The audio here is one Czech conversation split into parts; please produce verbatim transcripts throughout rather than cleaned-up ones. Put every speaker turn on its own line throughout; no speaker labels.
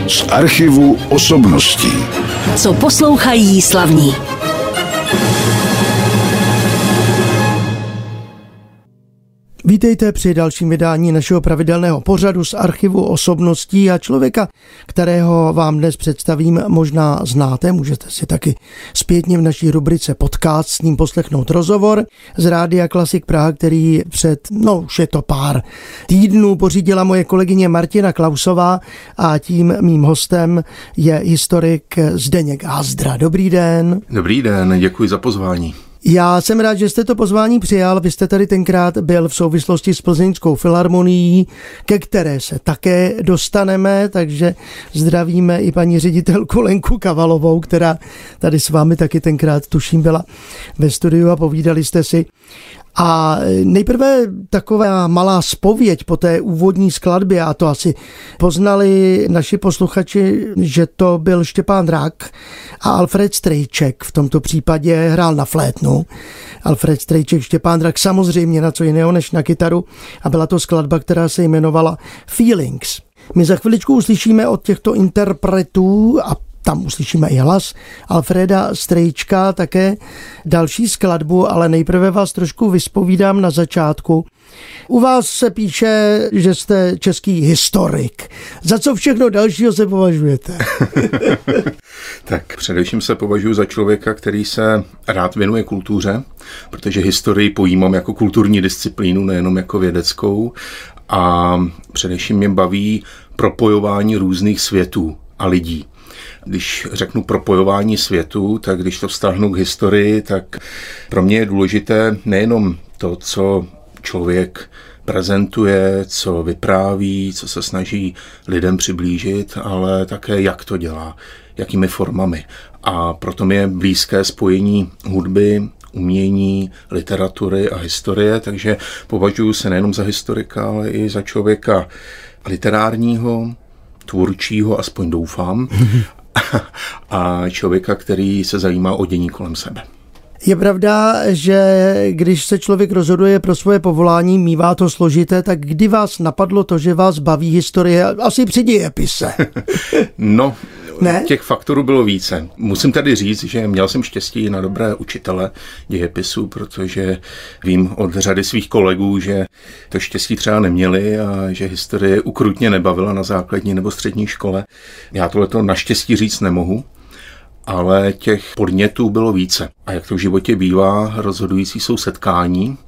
z archivu osobností.
Co poslouchají slavní.
Vítejte při dalším vydání našeho pravidelného pořadu z archivu osobností a člověka, kterého vám dnes představím, možná znáte, můžete si taky zpětně v naší rubrice podcast s ním poslechnout rozhovor z Rádia Klasik Praha, který před, no už je to pár týdnů pořídila moje kolegyně Martina Klausová a tím mým hostem je historik Zdeněk Házdra. Dobrý den.
Dobrý den, děkuji za pozvání.
Já jsem rád, že jste to pozvání přijal. Vy jste tady tenkrát byl v souvislosti s Plzeňskou filharmonií, ke které se také dostaneme, takže zdravíme i paní ředitelku Lenku Kavalovou, která tady s vámi taky tenkrát, tuším, byla ve studiu a povídali jste si. A nejprve taková malá zpověď po té úvodní skladbě, a to asi poznali naši posluchači, že to byl Štěpán Rak a Alfred Strejček. V tomto případě hrál na flétnu. Alfred Strejček, Štěpán Rak samozřejmě na co jiného než na kytaru a byla to skladba, která se jmenovala Feelings. My za chviličku uslyšíme od těchto interpretů a tam uslyšíme i hlas Alfreda Strejčka, také další skladbu, ale nejprve vás trošku vyspovídám na začátku. U vás se píše, že jste český historik. Za co všechno dalšího se považujete?
Tak především se považuji za člověka, který se rád věnuje kultuře, protože historii pojímám jako kulturní disciplínu, nejenom jako vědeckou. A především mě baví propojování různých světů a lidí. Když řeknu propojování světu, tak když to vztahnu k historii, tak pro mě je důležité nejenom to, co člověk prezentuje, co vypráví, co se snaží lidem přiblížit, ale také jak to dělá, jakými formami. A proto mi je blízké spojení hudby, umění, literatury a historie, takže považuji se nejenom za historika, ale i za člověka literárního, tvůrčího, aspoň doufám, a člověka, který se zajímá o dění kolem sebe.
Je pravda, že když se člověk rozhoduje pro svoje povolání, mívá to složité, tak kdy vás napadlo to, že vás baví historie? Asi při dějepise.
No,
ne?
Těch faktorů bylo více. Musím tady říct, že měl jsem štěstí na dobré učitele dějepisu, protože vím od řady svých kolegů, že to štěstí třeba neměli a že historie ukrutně nebavila na základní nebo střední škole. Já tohleto naštěstí říct nemohu, ale těch podnětů bylo více. A jak to v životě bývá, rozhodující jsou setkání.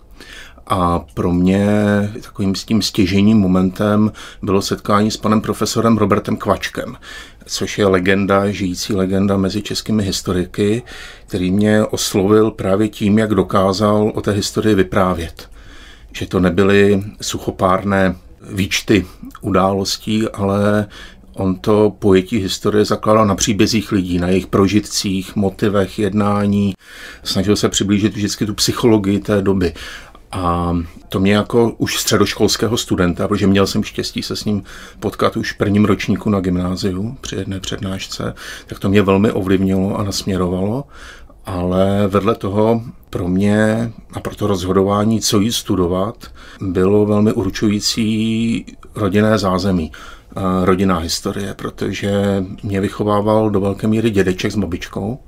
A pro mě takovým s tím stěžejním momentem bylo setkání s panem profesorem Robertem Kvačkem, což je legenda, žijící legenda mezi českými historiky, který mě oslovil právě tím, jak dokázal o té historii vyprávět. Že to nebyly suchopárné výčty událostí, ale on to pojetí historie zakládal na příbězích lidí, na jejich prožitcích, motivech, jednání. Snažil se přiblížit vždycky tu psychologii té doby. A to mě jako už středoškolského studenta, protože měl jsem štěstí se s ním potkat už v prvním ročníku na gymnáziu při jedné přednášce, tak to mě velmi ovlivnilo a nasměrovalo. Ale vedle toho pro mě a pro to rozhodování, co jí studovat, bylo velmi určující rodinné zázemí, rodinná historie, protože mě vychovával do velké míry dědeček s babičkou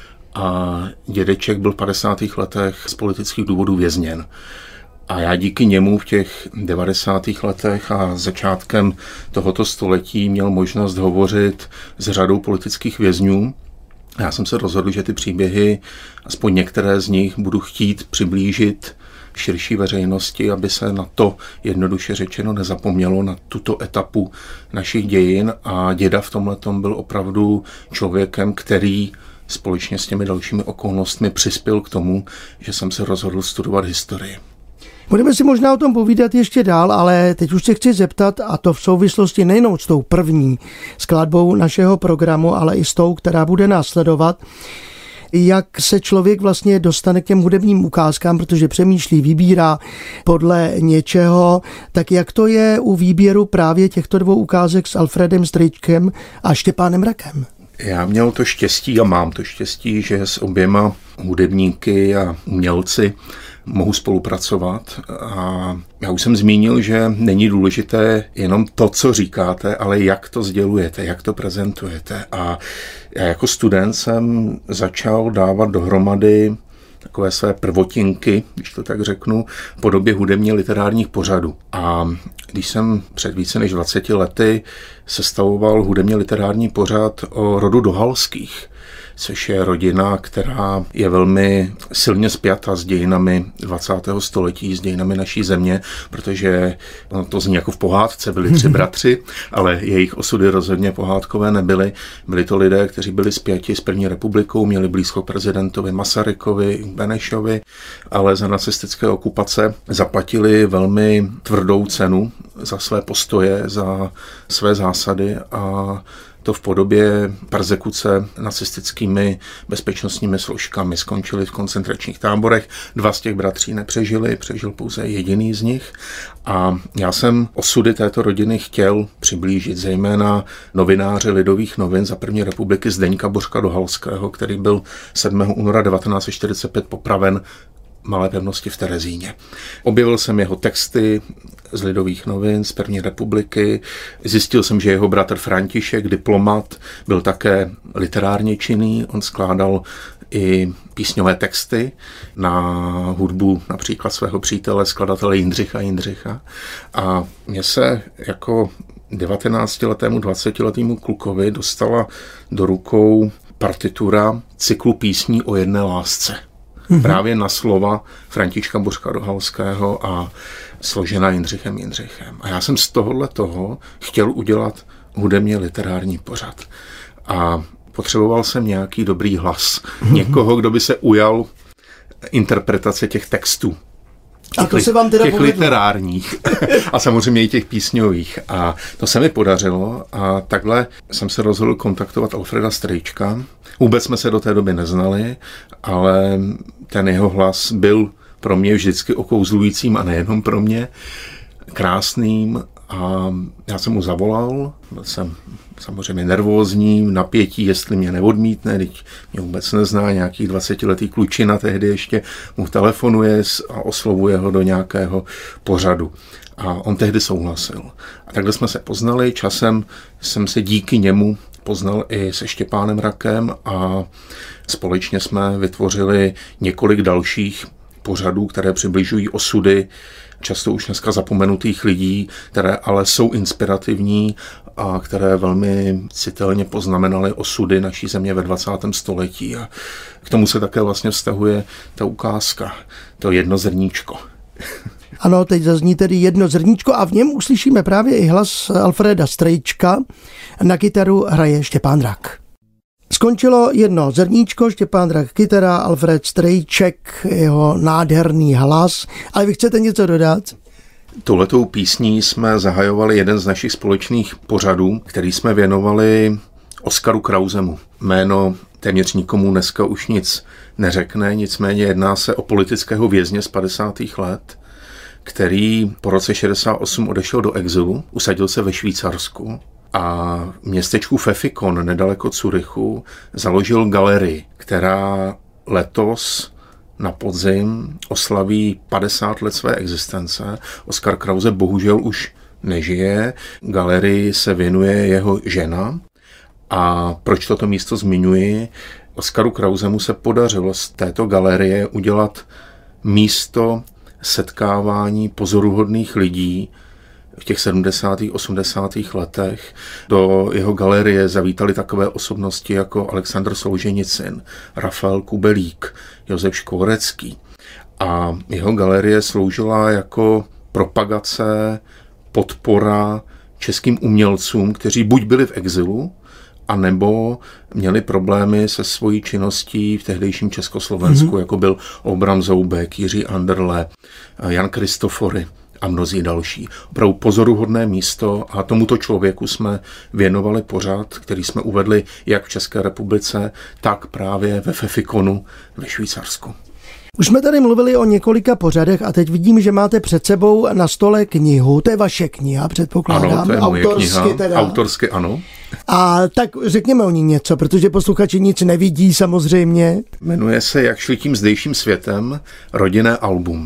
a dědeček byl v padesátých letech z politických důvodů vězněn. A já díky němu v těch devadesátých letech a začátkem tohoto století měl možnost hovořit s řadou politických vězňů. Já jsem se rozhodl, že ty příběhy, aspoň některé z nich, budu chtít přiblížit širší veřejnosti, aby se na to jednoduše řečeno nezapomnělo, na tuto etapu našich dějin. A děda v tomhletom byl opravdu člověkem, který společně s těmi dalšími okolnostmi přispěl k tomu, že jsem se rozhodl studovat historii.
Budeme si možná o tom povídat ještě dál, ale teď už se chci zeptat, a to v souvislosti nejenom s tou první skladbou našeho programu, ale i s tou, která bude následovat, jak se člověk vlastně dostane k těm hudebním ukázkám, protože přemýšlí, vybírá podle něčeho, tak jak to je u výběru právě těchto dvou ukázek s Alfredem Strejčkem a Štěpánem Rakem?
Já měl to štěstí a mám to štěstí, že s oběma hudebníky a umělci mohu spolupracovat. A já už jsem zmínil, že není důležité jenom to, co říkáte, ale jak to sdělujete, jak to prezentujete. A já jako student jsem začal dávat dohromady takové své prvotinky, když to tak řeknu, v podobě hudebně literárních pořadů. A když jsem před více než dvaceti lety sestavoval hudebně literární pořad o rodu Dohalských, což je rodina, která je velmi silně spjata s dějinami dvacátého století, s dějinami naší země, protože no, to zní jako v pohádce, byli tři bratři, ale jejich osudy rozhodně pohádkové nebyly. Byli to lidé, kteří byli spjati s první republikou, měli blízko prezidentovi Masarykovi, Benešovi, ale za nacistické okupace zaplatili velmi tvrdou cenu za své postoje, za své zásady a to v podobě perzekuce nacistickými bezpečnostními složkami. Skončili v koncentračních táborech. Dva z těch bratří nepřežili, přežil pouze jediný z nich. A já jsem osudy této rodiny chtěl přiblížit, zejména novináře Lidových novin za první republiky Zdeňka Bořka Dohalského, který byl sedmého února devatenáct set čtyřicet pět popraven v Malé pevnosti v Terezíně. Objevil jsem jeho texty z Lidových novin z první republiky. Zjistil jsem, že jeho bratr František, diplomat, byl také literárně činný. On skládal i písňové texty na hudbu například svého přítele, skladatele Jindřicha Jindřicha. A mně se jako devatenáctiletému, dvacetiletému klukovi dostala do rukou partitura cyklu písní o jedné lásce. Mm-hmm. Právě na slova Františka Bořka Dohalského a složena Jindřichem Jindřichem. A já jsem z tohohle toho chtěl udělat hudebně literární pořad. A potřeboval jsem nějaký dobrý hlas. Mm-hmm. Někoho, kdo by se ujal interpretace těch textů.
A to se vám teda
těch
povedlo.
Literárních a samozřejmě i těch písňových. A to se mi podařilo a takhle jsem se rozhodl kontaktovat Alfreda Strejčka. Vůbec jsme se do té doby neznali, ale ten jeho hlas byl pro mě vždycky okouzlujícím a nejenom pro mě, krásným. A já jsem mu zavolal, byl jsem samozřejmě nervózní, napětí, jestli mě neodmítne, teď mě vůbec nezná, nějaký dvacetiletý klučina tehdy ještě mu telefonuje a oslovuje ho do nějakého pořadu. A on tehdy souhlasil. A takhle jsme se poznali, časem jsem se díky němu poznal i se Štěpánem Rakem a společně jsme vytvořili několik dalších pořadů, které přibližují osudy často už dneska zapomenutých lidí, které ale jsou inspirativní a které velmi citelně poznamenaly osudy naší země ve dvacátém století. A k tomu se také vlastně vztahuje ta ukázka, to jedno zrníčko.
Ano, teď zazní tedy jedno zrníčko a v něm uslyšíme právě i hlas Alfreda Strejčka. Na kytaru hraje Štěpán Rak. Skončilo jedno zrníčko, Štěpán Rak kytara, Alfred Strejček, jeho nádherný hlas. Ale vy chcete něco dodat?
Touhletou písní jsme zahajovali jeden z našich společných pořadů, který jsme věnovali Oskaru Krausemu. Jméno téměř nikomu dneska už nic neřekne, nicméně jedná se o politického vězně z padesátých let, který po roce šedesát osm odešel do exilu, usadil se ve Švýcarsku a v městečku Pfäffikon nedaleko Curychu založil galerii, která letos na podzim oslaví padesát let své existence. Oskar Krause bohužel už nežije, galerii se věnuje jeho žena. A proč toto místo zmiňuji? Oskaru Krausemu se podařilo z této galerie udělat místo setkávání pozoruhodných lidí v těch sedmdesátých, osmdesátých letech. Do jeho galerie zavítali takové osobnosti jako Alexandr Solženicyn, Rafael Kubelík, Josef Škvorecký. A jeho galerie sloužila jako propagace, podpora českým umělcům, kteří buď byli v exilu, a nebo měli problémy se svojí činností v tehdejším Československu, mm-hmm. jako byl Obram Zoubek, Jiří Anderle, Jan Kristofory a mnozí další. Opravdu pozoruhodné místo a tomuto člověku jsme věnovali pořad, který jsme uvedli jak v České republice, tak právě ve Pfäffikonu ve Švýcarsku.
Už jsme tady mluvili o několika pořadech a teď vidím, že máte před sebou na stole knihu. To je vaše kniha, předpokládám.
Ano, to je moje
autorsky
kniha.
Teda.
Autorsky, ano.
A tak řekněme o ní něco, protože posluchači nic nevidí samozřejmě.
Jmenuje se Jak šli tím zdejším světem, rodinné album.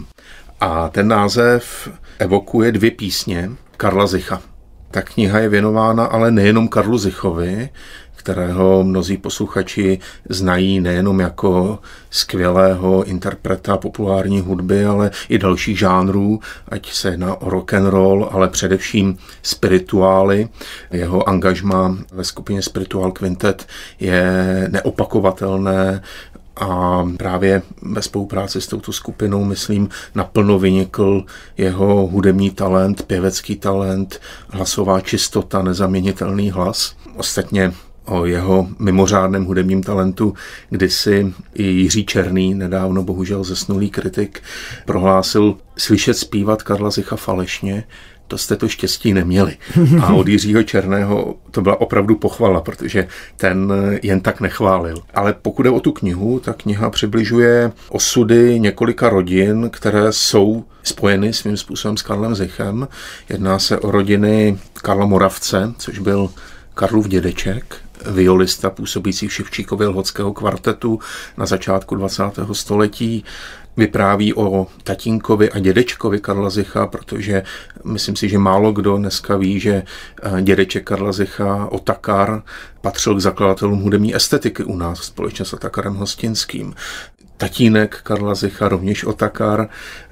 A ten název evokuje dvě písně Karla Zicha. Ta kniha je věnována ale nejenom Karlu Zichovi, kterého mnozí posluchači znají nejenom jako skvělého interpreta populární hudby, ale i dalších žánrů, ať se jedná o rock and roll, ale především spirituály. Jeho angažmá ve skupině Spiritual Quintet je neopakovatelné a právě ve spolupráci s touto skupinou, myslím, naplno vynikl jeho hudební talent, pěvecký talent, hlasová čistota, nezaměnitelný hlas. Ostatně o jeho mimořádném hudebním talentu kdysi i Jiří Černý, nedávno bohužel zesnulý kritik, prohlásil: slyšet zpívat Karla Zicha falešně, to jste to štěstí neměli. A od Jiřího Černého to byla opravdu pochvala, protože ten jen tak nechválil. Ale pokud jde o tu knihu, ta kniha přibližuje osudy několika rodin, které jsou spojeny svým způsobem s Karlem Zichem. Jedná se o rodiny Karla Moravce, což byl Karlův dědeček, violista působící v Ševčíkově lhotského kvartetu na začátku dvacátého století. Vypráví o tatínkovi a dědečkovi Karla Zicha, protože myslím si, že málo kdo dneska ví, že dědeček Karla Zicha, Otakar, patřil k zakladatelům hudební estetiky u nás společně s Otakarem Hostinským. Tatínek Karla Zicha, rovněž Otakar,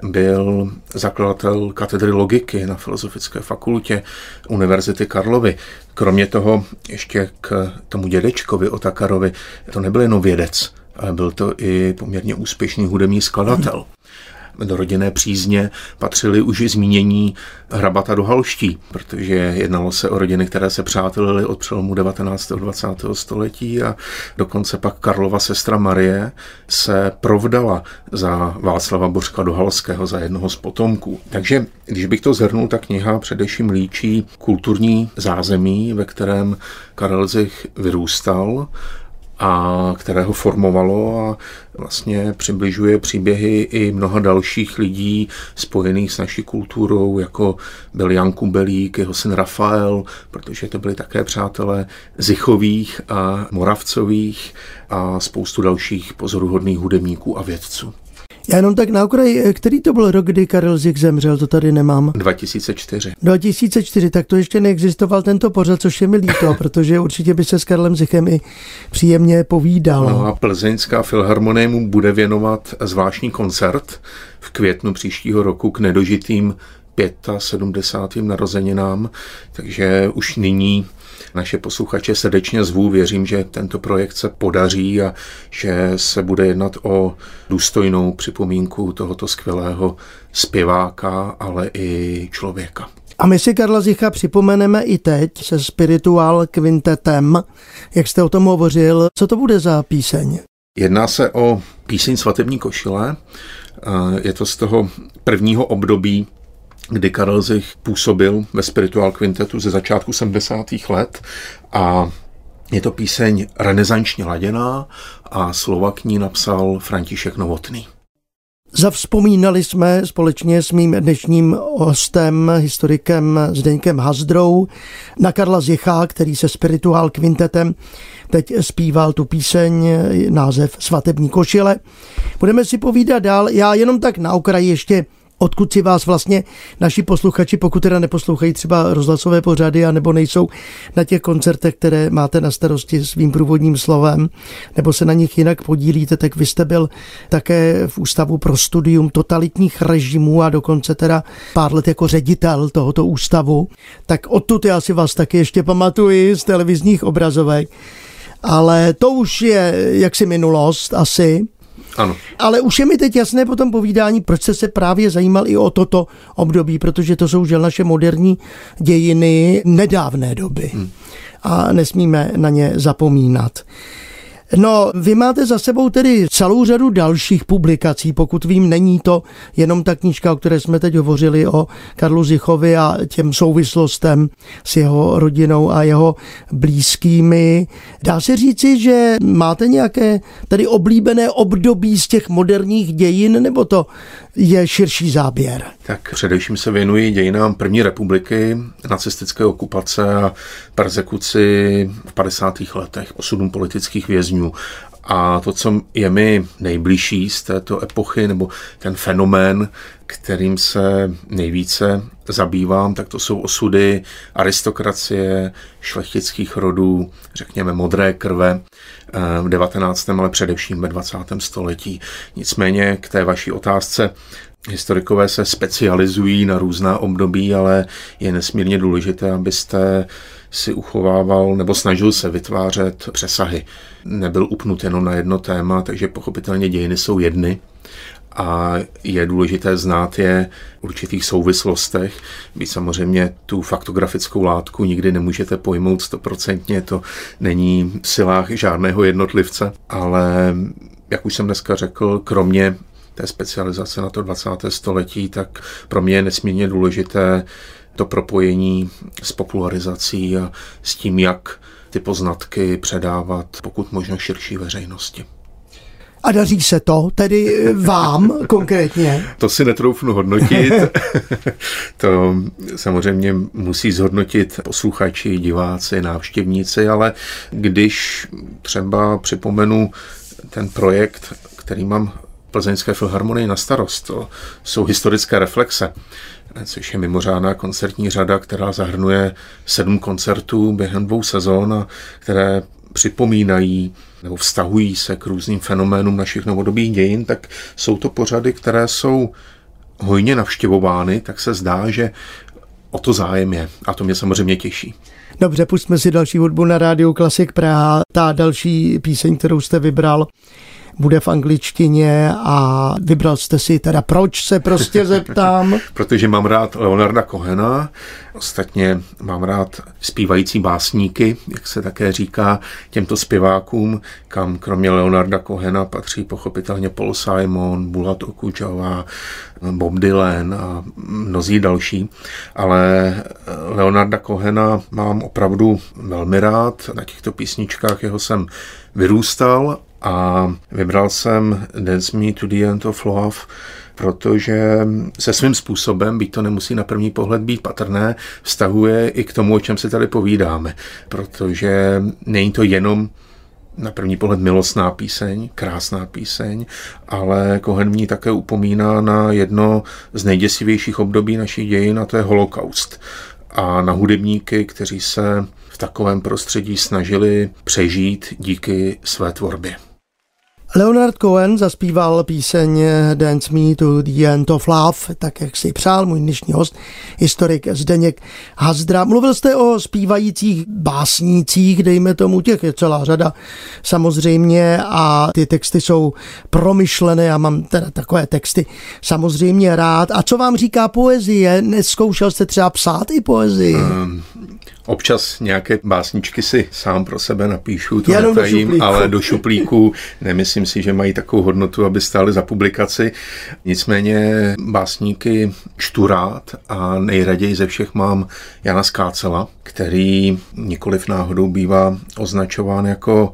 byl zakladatel katedry logiky na Filozofické fakultě Univerzity Karlovy. Kromě toho ještě k tomu dědečkovi Otakarovi, to nebyl jenom vědec, ale byl to i poměrně úspěšný hudební skladatel. Do rodinné přízně patřili už i zmínění hrabata do Halští, protože jednalo se o rodiny, které se přátelily od přelomu devatenáctého a dvacátého století a dokonce pak Karlova sestra Marie se provdala za Václava Bořka do Halského, za jednoho z potomků. Takže když bych to zhrnul, ta kniha především líčí kulturní zázemí, ve kterém Karel Zich vyrůstal a kterého formovalo a vlastně přibližuje příběhy i mnoha dalších lidí spojených s naší kulturou, jako byl Jan Kubelík, jeho syn Rafael, protože to byli také přátelé Zichových a Moravcových a spoustu dalších pozoruhodných hudebníků a vědců.
Já jenom tak na okraj, který to byl rok, kdy Karel Zich zemřel, to tady nemám.
dva tisíce čtyři.
dva tisíce čtyři, tak to ještě neexistoval tento pořad, což je mi líto, protože určitě by se s Karlem Zichem i příjemně povídalo.
No a Plzeňská filharmonie mu bude věnovat zvláštní koncert v květnu příštího roku k nedožitým sedmdesátým narozeninám, takže už nyní naše posluchače srdečně zvu, věřím, že tento projekt se podaří a že se bude jednat o důstojnou připomínku tohoto skvělého zpěváka, ale i člověka.
A my si Karla Zicha připomeneme i teď se Spiritual Quintetem. Jak jste o tom hovořil, co to bude za píseň?
Jedná se o píseň Svatební košile. Je to z toho prvního období, kdy Karel Zich působil ve Spiritual Quintetu ze začátku sedmdesátých let a je to píseň renesančně laděná a slova k ní napsal František Novotný.
Zavzpomínali jsme společně s mým dnešním hostem, historikem Zdeňkem Hazdrou, na Karla Zicha, který se Spiritual Quintetem teď zpíval tu píseň, název Svatební košile. Budeme si povídat dál, já jenom tak na okraji ještě, odkud si vás vlastně naši posluchači, pokud teda neposlouchají třeba rozhlasové pořady, anebo nejsou na těch koncertech, které máte na starosti svým průvodním slovem, nebo se na nich jinak podílíte, tak vy jste byl také v Ústavu pro studium totalitních režimů a dokonce teda pár let jako ředitel tohoto ústavu. Tak odtud já si vás taky ještě pamatuji z televizních obrazovek. Ale to už je jaksi minulost asi.
Ano.
Ale už je mi teď jasné po tom povídání, proč jste se právě zajímal i o toto období, protože to jsou žel naše moderní dějiny nedávné doby. Hmm. A nesmíme na ně zapomínat. No, vy máte za sebou tedy celou řadu dalších publikací, pokud vím, není to jenom ta knížka, o které jsme teď hovořili, o Karlu Zichovi a těm souvislostem s jeho rodinou a jeho blízkými. Dá se říci, že máte nějaké tady oblíbené období z těch moderních dějin, nebo to je širší záběr?
Tak především se věnuji dějinám první republiky, nacistické okupace a persekuci v padesátých letech, osudům politických vězňů. A to, co je mi nejbližší z této epochy, nebo ten fenomén, kterým se nejvíce zabývám, tak to jsou osudy aristokracie, šlechtických rodů, řekněme modré krve v devatenáctém ale především ve dvacátém století. Nicméně k té vaší otázce, historikové se specializují na různá období, ale je nesmírně důležité, abyste si uchovával nebo snažil se vytvářet přesahy. Nebyl upnut jenom na jedno téma, takže pochopitelně dějiny jsou jedny a je důležité znát je v určitých souvislostech. Vy samozřejmě tu faktografickou látku nikdy nemůžete pojmout stoprocentně, to není v silách žádného jednotlivce, ale jak už jsem dneska řekl, kromě té specializace na to dvacáté století, tak pro mě je nesmírně důležité to propojení s popularizací a s tím, jak ty poznatky předávat pokud možno širší veřejnosti.
A daří se to, tedy vám konkrétně?
To si netroufnu hodnotit. To samozřejmě musí zhodnotit posluchači, diváci, návštěvníci, ale když třeba připomenu ten projekt, který mám v Plzeňské filharmonii na starost, to jsou historické reflexe, což je mimořádná koncertní řada, která zahrnuje sedm koncertů během dvou sezón, a které připomínají nebo vztahují se k různým fenoménům našich novodobých dějin, tak jsou to pořady, které jsou hojně navštěvovány, tak se zdá, že o to zájem je. A to mě samozřejmě těší.
Dobře, pustíme si další hudbu na rádiu Klasik Praha. Ta další píseň, kterou jste vybral, bude v angličtině a vybral jste si teda, proč se prostě zeptám?
Protože mám rád Leonarda Cohena, ostatně mám rád zpívající básníky, jak se také říká těmto zpěvákům, kam kromě Leonarda Cohena patří pochopitelně Paul Simon, Bulat Okudžava, Bob Dylan a mnozí další, ale Leonarda Cohena mám opravdu velmi rád, na těchto písničkách jeho jsem vyrůstal a vybral jsem Dance Me to the End of Love, protože se svým způsobem, byť to nemusí na první pohled být patrné, vztahuje i k tomu, o čem si tady povídáme, protože není to jenom na první pohled milostná píseň, krásná píseň, ale Cohen v ní také upomíná na jedno z nejděsivějších období našich dějin, a to je holokaust. A na hudebníky, kteří se v takovém prostředí snažili přežít díky své tvorbě.
Leonard Cohen zaspíval píseň Dance Me to the End of Love, tak jak si přál můj dnešní host, historik Zdeněk Hazdra. Mluvil jste o zpívajících básnících, dejme tomu, těch je celá řada samozřejmě a ty texty jsou promyšlené, já mám teda takové texty samozřejmě rád. A co vám říká poezie? Nezkoušel jste třeba psát i poezii? Um.
Občas nějaké básničky si sám pro sebe napíšu, to netajím, ale do šuplíku nemyslím si, že mají takovou hodnotu, aby stály za publikaci. Nicméně básníky čtu rád a nejraději ze všech mám Jana Skácela, který nikoliv náhodou bývá označován jako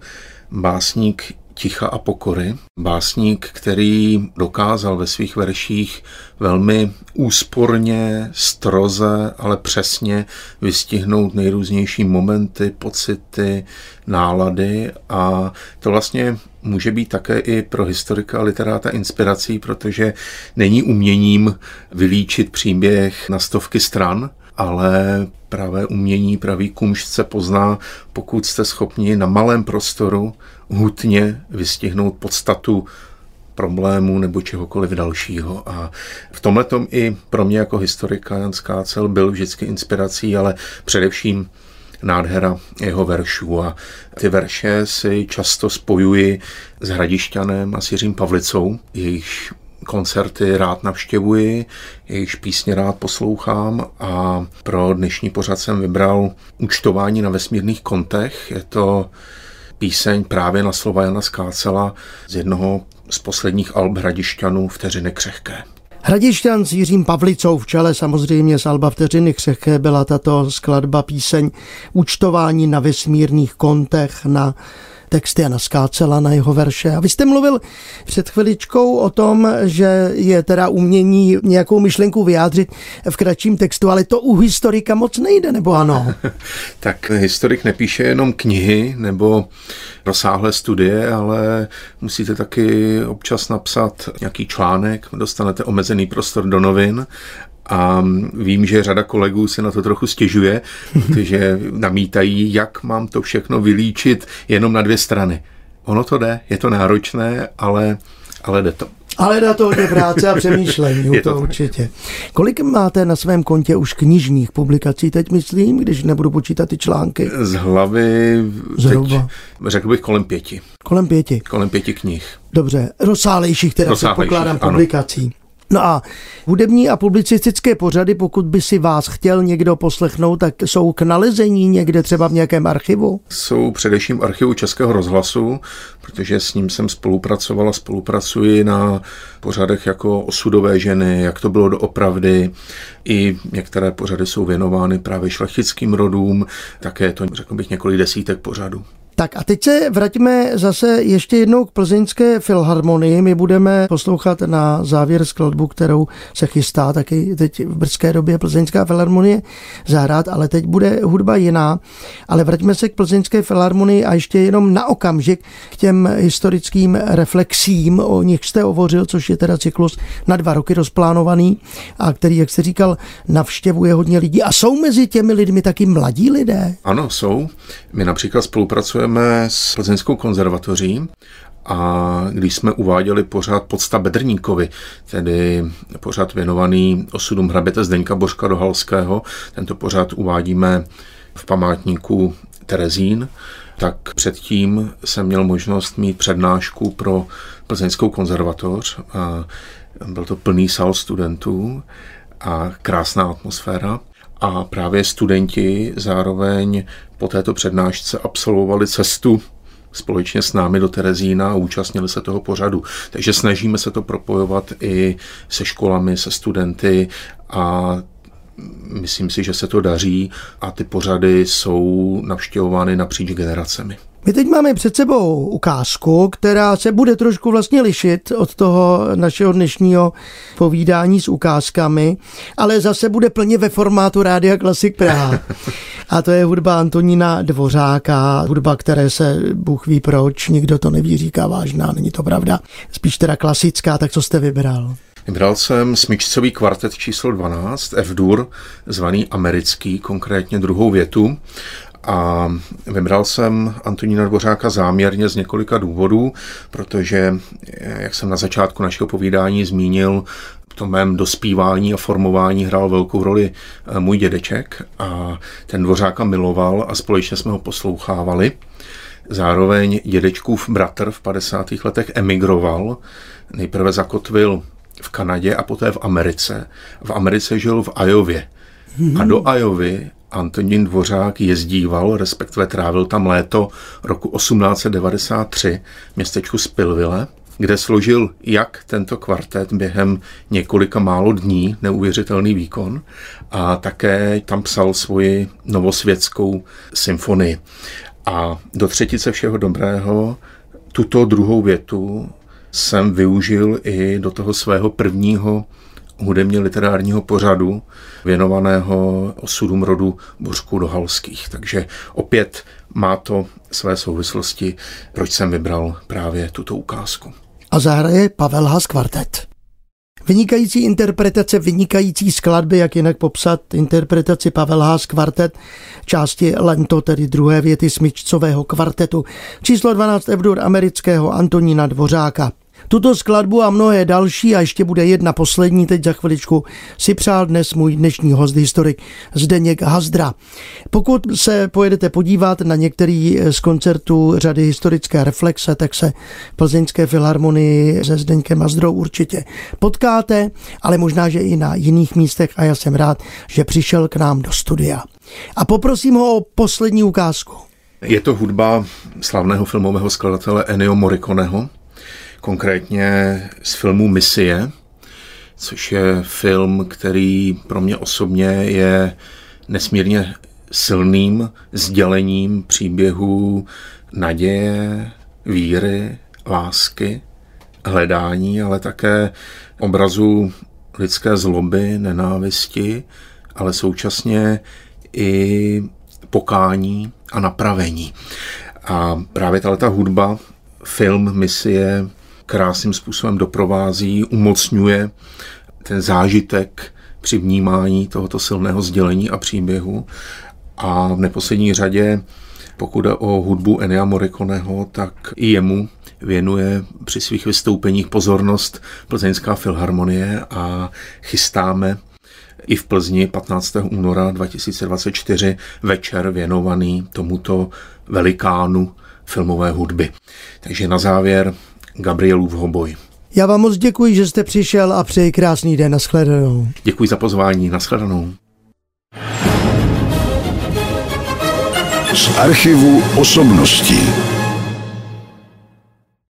básník ticha a pokory. Básník, který dokázal ve svých verších velmi úsporně, stroze, ale přesně vystihnout nejrůznější momenty, pocity, nálady, a to vlastně může být také i pro historika a literáta inspirací, protože není uměním vylíčit příběh na stovky stran, ale pravé umění, pravý kumšt se pozná, pokud jste schopni na malém prostoru hutně vystihnout podstatu problémů nebo čehokoliv dalšího. A v tomhletom i pro mě jako historika Jan Skácel byl vždycky inspirací, ale především nádhera jeho veršů. A ty verše si často spojuji s Hradišťanem a s Jiřím Pavlicou, jejichž koncerty rád navštěvuji, jejichž písně rád poslouchám, a pro dnešní pořad jsem vybral Účtování na vesmírných kontech. Je to píseň právě na slova Jana Skácela z jednoho z posledních alb Hradišťanů Vteřiny křehké.
Hradišťan s Jiřím Pavlicou v čele, samozřejmě z alba Vteřiny křehké, byla tato skladba píseň Účtování na vesmírných kontech, na texty Jana Skácela, na jeho verše. A vy jste mluvil před chviličkou o tom, že je teda umění nějakou myšlenku vyjádřit v kratším textu, ale to u historika moc nejde, nebo ano?
Tak historik nepíše jenom knihy nebo rozsáhlé studie, ale musíte taky občas napsat nějaký článek, dostanete omezený prostor do novin. A vím, že řada kolegů se na to trochu stěžuje, protože namítají, jak mám to všechno vylíčit jenom na dvě strany. Ono to jde, je to náročné, ale, ale jde to.
Ale na to hodně práce a přemýšlení, to, to určitě. Kolik máte na svém kontě už knižních publikací, teď myslím, když nebudu počítat ty články?
Z hlavy
Zhruba.
Teď, řekl bych kolem pěti.
Kolem pěti?
Kolem pěti knih.
Dobře, rozsáhlejších, teda se pokládám publikací. No a hudební a publicistické pořady, pokud by si vás chtěl někdo poslechnout, tak jsou k nalezení někde třeba v nějakém archivu?
Jsou především v archivu Českého rozhlasu, protože s ním jsem spolupracoval a spolupracuji na pořadech jako Osudové ženy, Jak to bylo doopravdy. I některé pořady jsou věnovány právě šlechtickým rodům, také to, řekl bych, několik desítek pořadů.
Tak a teď se vraťme zase ještě jednou k Plzeňské filharmonii. My budeme poslouchat na závěr skladbu, kterou se chystá taky teď v brzké době Plzeňská filharmonie zahrát, ale teď bude hudba jiná. Ale vraťme se k Plzeňské filharmonii a ještě jenom na okamžik k těm historickým reflexím, o nich jste hovořil, což je teda cyklus na dva roky rozplánovaný a který, jak jste říkal, navštěvuje hodně lidí. A jsou mezi těmi lidmi taky mladí lidé?
Ano, jsou. My například spolupracujeme s Plzeňskou konzervatoří a když jsme uváděli pořad Pocta Bedrníkovi, tedy pořad věnovaný osudům hraběte Zdeňka Bořka Dohalského, tento pořad uvádíme v památníku Terezín, tak předtím jsem měl možnost mít přednášku pro Plzeňskou konzervatoř. A byl to plný sál studentů a krásná atmosféra. A právě studenti zároveň po této přednášce absolvovali cestu společně s námi do Terezína a účastnili se toho pořadu. Takže snažíme se to propojovat i se školami, se studenty a myslím si, že se to daří a ty pořady jsou navštěvovány napříč generacemi.
My teď máme před sebou ukázku, která se bude trošku vlastně lišit od toho našeho dnešního povídání s ukázkami, ale zase bude plně ve formátu Rádia Klasik Praha. A to je hudba Antonína Dvořáka, hudba, které se, Bůh ví proč, nikdo to neví, říká vážná, není to pravda, spíš teda klasická, tak co jste vybral?
Vybral jsem smyčcový kvartet číslo dvanáct, F-dur, zvaný americký, konkrétně druhou větu. A vybral jsem Antonína Dvořáka záměrně z několika důvodů, protože, jak jsem na začátku našeho povídání zmínil, v tom mém dospívání a formování hrál velkou roli můj dědeček a ten Dvořáka miloval a společně jsme ho poslouchávali. Zároveň dědečkův bratr v padesátých letech emigroval, nejprve zakotvil v Kanadě a poté v Americe. V Americe žil v Iowě a do Iowy Antonín Dvořák jezdíval, respektive trávil tam léto roku osmnáct set devadesát tři v městečku Spillville, kde složil jak tento kvartet během několika málo dní, neuvěřitelný výkon, a také tam psal svoji novosvětskou symfonii. A do třetice všeho dobrého tuto druhou větu jsem využil i do toho svého prvního hudebně literárního pořadu věnovaného osudům rodu Bořků Dohalských. Takže opět má to své souvislosti, proč jsem vybral právě tuto ukázku.
A zahraje Pavel Haas kvartet. Vynikající interpretace, vynikající skladby, jak jinak popsat interpretaci Pavel Haas kvartet, části Lento, tedy druhé věty smyčcového kvartetu, číslo dvanáct F-dur amerického Antonína Dvořáka. Tuto skladbu a mnohé další, a ještě bude jedna poslední, teď za chviličku, si přál dnes můj dnešní host, historik Zdeněk Hazdra. Pokud se pojedete podívat na některý z koncertů řady Historické reflexe, tak se v Plzeňské filharmonii se Zdeňkem Hazdrou určitě potkáte, ale možná, že i na jiných místech, a já jsem rád, že přišel k nám do studia. A poprosím ho o poslední ukázku.
Je to hudba slavného filmového skladatele Ennio Morriconeho, konkrétně z filmu Misie, což je film, který pro mě osobně je nesmírně silným sdělením příběhu naděje, víry, lásky, hledání, ale také obrazu lidské zloby, nenávisti, ale současně i pokání a napravení. A právě tato hudba, film Misie krásným způsobem doprovází, umocňuje ten zážitek při vnímání tohoto silného sdělení a příběhu. A v neposlední řadě, pokud jde o hudbu Ennia Morriconeho, tak i jemu věnuje při svých vystoupeních pozornost Plzeňská filharmonie a chystáme i v Plzni patnáctého února dva tisíce dvacet čtyři večer věnovaný tomuto velikánu filmové hudby. Takže na závěr Gabrielův hoboj.
Já vám moc děkuji, že jste přišel a přeji krásný den. Nashledanou.
Děkuji za pozvání. Nashledanou.
Z archivu osobností.